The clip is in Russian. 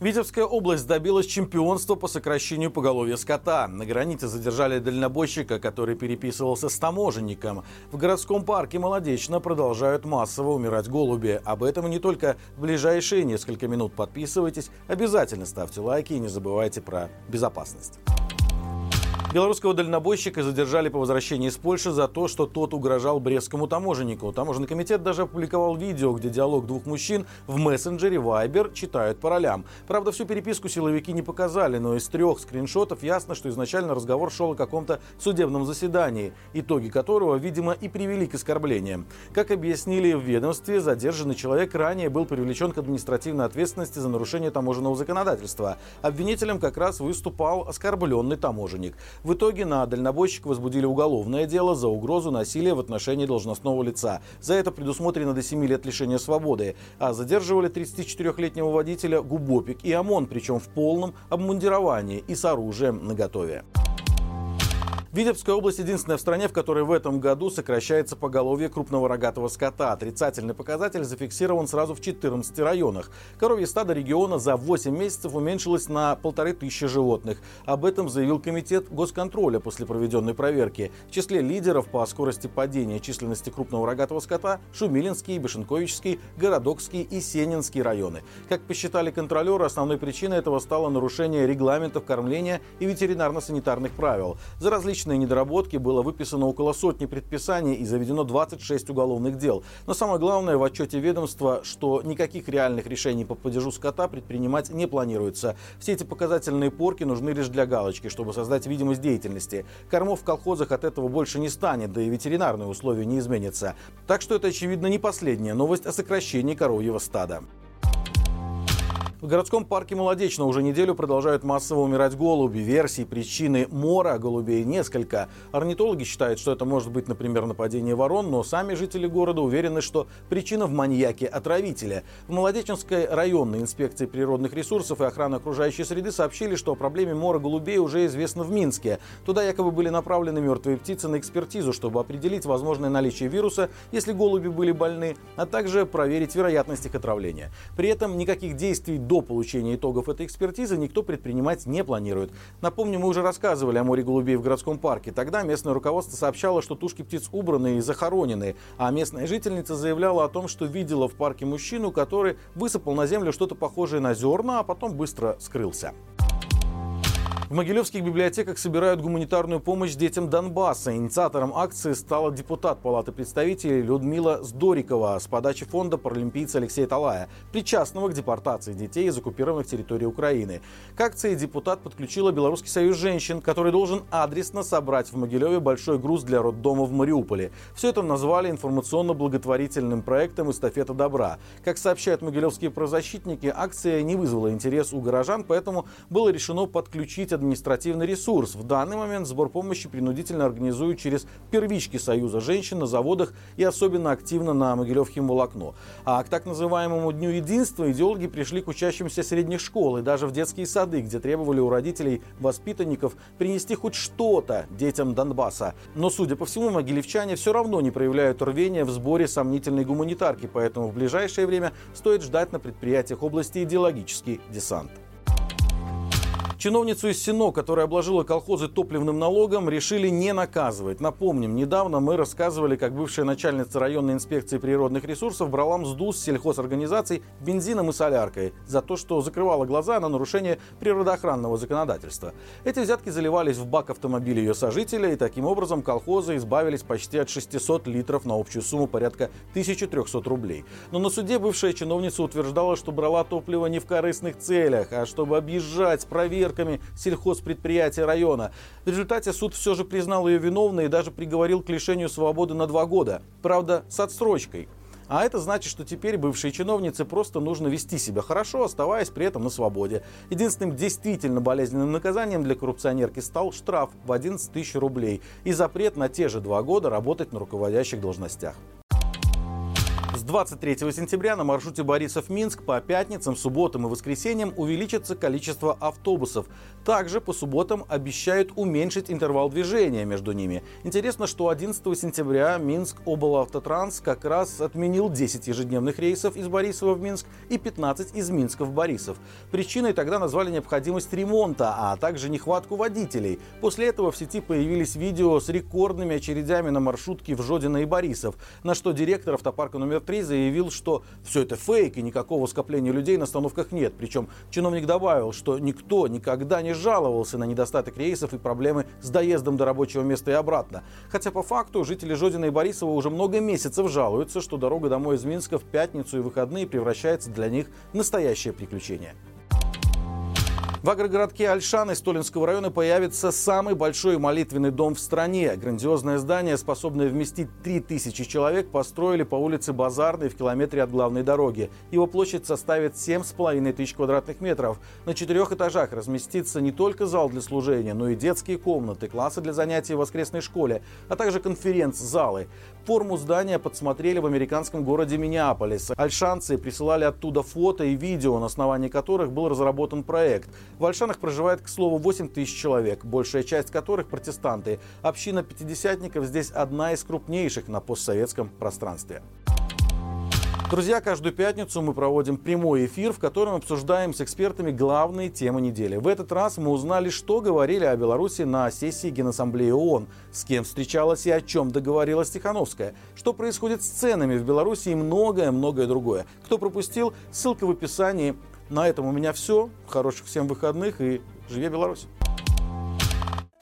Витебская область добилась чемпионства по сокращению поголовья скота. На границе задержали дальнобойщика, который переписывался с таможенником. В городском парке Молодечно продолжают массово умирать голуби. Об этом и не только в ближайшие несколько минут. Подписывайтесь, обязательно ставьте лайки и не забывайте про безопасность. Белорусского дальнобойщика задержали по возвращении из Польши за то, что тот угрожал брестскому таможеннику. Таможенный комитет даже опубликовал видео, где диалог двух мужчин в мессенджере Viber читают по ролям. Правда, всю переписку силовики не показали, но из 3 скриншотов ясно, что изначально разговор шел о каком-то судебном заседании, итоги которого, видимо, и привели к оскорблениям. Как объяснили в ведомстве, задержанный человек ранее был привлечен к административной ответственности за нарушение таможенного законодательства. Обвинителем как раз выступал оскорбленный таможенник. В итоге на дальнобойщика возбудили уголовное дело за угрозу насилия в отношении должностного лица. За это предусмотрено до 7 лет лишения свободы. А задерживали 34-летнего водителя ГУБОПИК и ОМОН, причем в полном обмундировании и с оружием наготове. Витебская область единственная в стране, в которой в этом году сокращается поголовье крупного рогатого скота. Отрицательный показатель зафиксирован сразу в 14 районах. Коровье стадо региона за 8 месяцев уменьшилось на 1500 животных. Об этом заявил комитет госконтроля после проведенной проверки. В числе лидеров по скорости падения численности крупного рогатого скота Шумилинский, Башенковичский, Городокский и Сенинский районы. Как посчитали контролеры, основной причиной этого стало нарушение регламентов кормления и ветеринарно-санитарных правил. За различные недоработки было выписано около сотни предписаний и заведено 26 уголовных дел. Но самое главное в отчете ведомства, что никаких реальных решений по падежу скота предпринимать не планируется. Все эти показательные порки нужны лишь для галочки, чтобы создать видимость деятельности. Кормов в колхозах от этого больше не станет, да и ветеринарные условия не изменятся. Так что это, очевидно, не последняя новость о сокращении коровьего стада. В городском парке Молодечно уже неделю продолжают массово умирать голуби. Версий причины мора голубей несколько. Орнитологи считают, что это может быть, например, нападение ворон, но сами жители города уверены, что причина в маньяке-отравителе. В Молодеченской районной инспекции природных ресурсов и охраны окружающей среды сообщили, что о проблеме мора голубей уже известно в Минске. Туда якобы были направлены мертвые птицы на экспертизу, чтобы определить возможное наличие вируса, если голуби были больны, а также проверить вероятность их отравления. При этом никаких действий до получения итогов этой экспертизы никто предпринимать не планирует. Напомню, мы уже рассказывали о море голубей в городском парке. Тогда местное руководство сообщало, что тушки птиц убраны и захоронены, а местная жительница заявляла о том, что видела в парке мужчину, который высыпал на землю что-то похожее на зерна, а потом быстро скрылся. В могилевских библиотеках собирают гуманитарную помощь детям Донбасса. Инициатором акции стала депутат Палаты представителей Людмила Здорикова с подачи фонда паралимпийца Алексея Талая, причастного к депортации детей из оккупированных территорий Украины. К акции депутат подключила Белорусский союз женщин, который должен адресно собрать в Могилеве большой груз для роддома в Мариуполе. Все это назвали информационно-благотворительным проектом «Эстафета добра». Как сообщают могилевские правозащитники, акция не вызвала интерес у горожан, поэтому было решено подключить административный ресурс. В данный момент сбор помощи принудительно организуют через первички Союза женщин на заводах и особенно активно на Могилев-Химволокно. А к так называемому Дню единства идеологи пришли к учащимся средних школ и даже в детские сады, где требовали у родителей воспитанников принести хоть что-то детям Донбасса. Но, судя по всему, могилевчане все равно не проявляют рвения в сборе сомнительной гуманитарки, поэтому в ближайшее время стоит ждать на предприятиях области идеологический десант. Чиновницу из СИНО, которая обложила колхозы топливным налогом, решили не наказывать. Напомним, недавно мы рассказывали, как бывшая начальница районной инспекции природных ресурсов брала мзду с сельхозорганизаций бензином и соляркой за то, что закрывала глаза на нарушение природоохранного законодательства. Эти взятки заливались в бак автомобиля ее сожителя, и таким образом колхозы избавились почти от 600 литров на общую сумму порядка 1300 рублей. Но на суде бывшая чиновница утверждала, что брала топливо не в корыстных целях, а чтобы объезжать, проверками сельхозпредприятия района. В результате суд все же признал ее виновной и даже приговорил к лишению свободы на 2 года. Правда, с отсрочкой. А это значит, что теперь бывшей чиновнице просто нужно вести себя хорошо, оставаясь при этом на свободе. Единственным действительно болезненным наказанием для коррупционерки стал штраф в 11 тысяч рублей и запрет на те же 2 года работать на руководящих должностях. С 23 сентября на маршруте Борисов-Минск по пятницам, субботам и воскресеньям увеличится количество автобусов. Также по субботам обещают уменьшить интервал движения между ними. Интересно, что 11 сентября Минск-Облавтотранс как раз отменил 10 ежедневных рейсов из Борисова в Минск и 15 из Минска в Борисов. Причиной тогда назвали необходимость ремонта, а также нехватку водителей. После этого в сети появились видео с рекордными очередями на маршрутке в Жодино и Борисов, на что директор автопарка номер 3 заявил, что все это фейк и никакого скопления людей на остановках нет. Причем чиновник добавил, что никто никогда не жаловался на недостаток рейсов и проблемы с доездом до рабочего места и обратно. Хотя по факту жители Жодина и Борисова уже много месяцев жалуются, что дорога домой из Минска в пятницу и выходные превращается для них в настоящее приключение. В агрогородке Ольшан из Столинского района появится самый большой молитвенный дом в стране. Грандиозное здание, способное вместить 3000 человек, построили по улице Базарной в километре от главной дороги. Его площадь составит 7500 квадратных метров. На 4 этажах разместится не только зал для служения, но и детские комнаты, классы для занятий в воскресной школе, а также конференц-залы. Форму здания подсмотрели в американском городе Миннеаполис. Ольшанцы присылали оттуда фото и видео, на основании которых был разработан проект. В Ольшанах проживает, к слову, 8000 человек, большая часть которых протестанты. Община пятидесятников здесь одна из крупнейших на постсоветском пространстве. Друзья, каждую пятницу мы проводим прямой эфир, в котором обсуждаем с экспертами главные темы недели. В этот раз мы узнали, что говорили о Беларуси на сессии Генассамблеи ООН, с кем встречалась и о чем договорилась Тихановская, что происходит с ценами в Беларуси и многое-многое другое. Кто пропустил, ссылка в описании. На этом у меня все. Хороших всем выходных и живи Беларусь!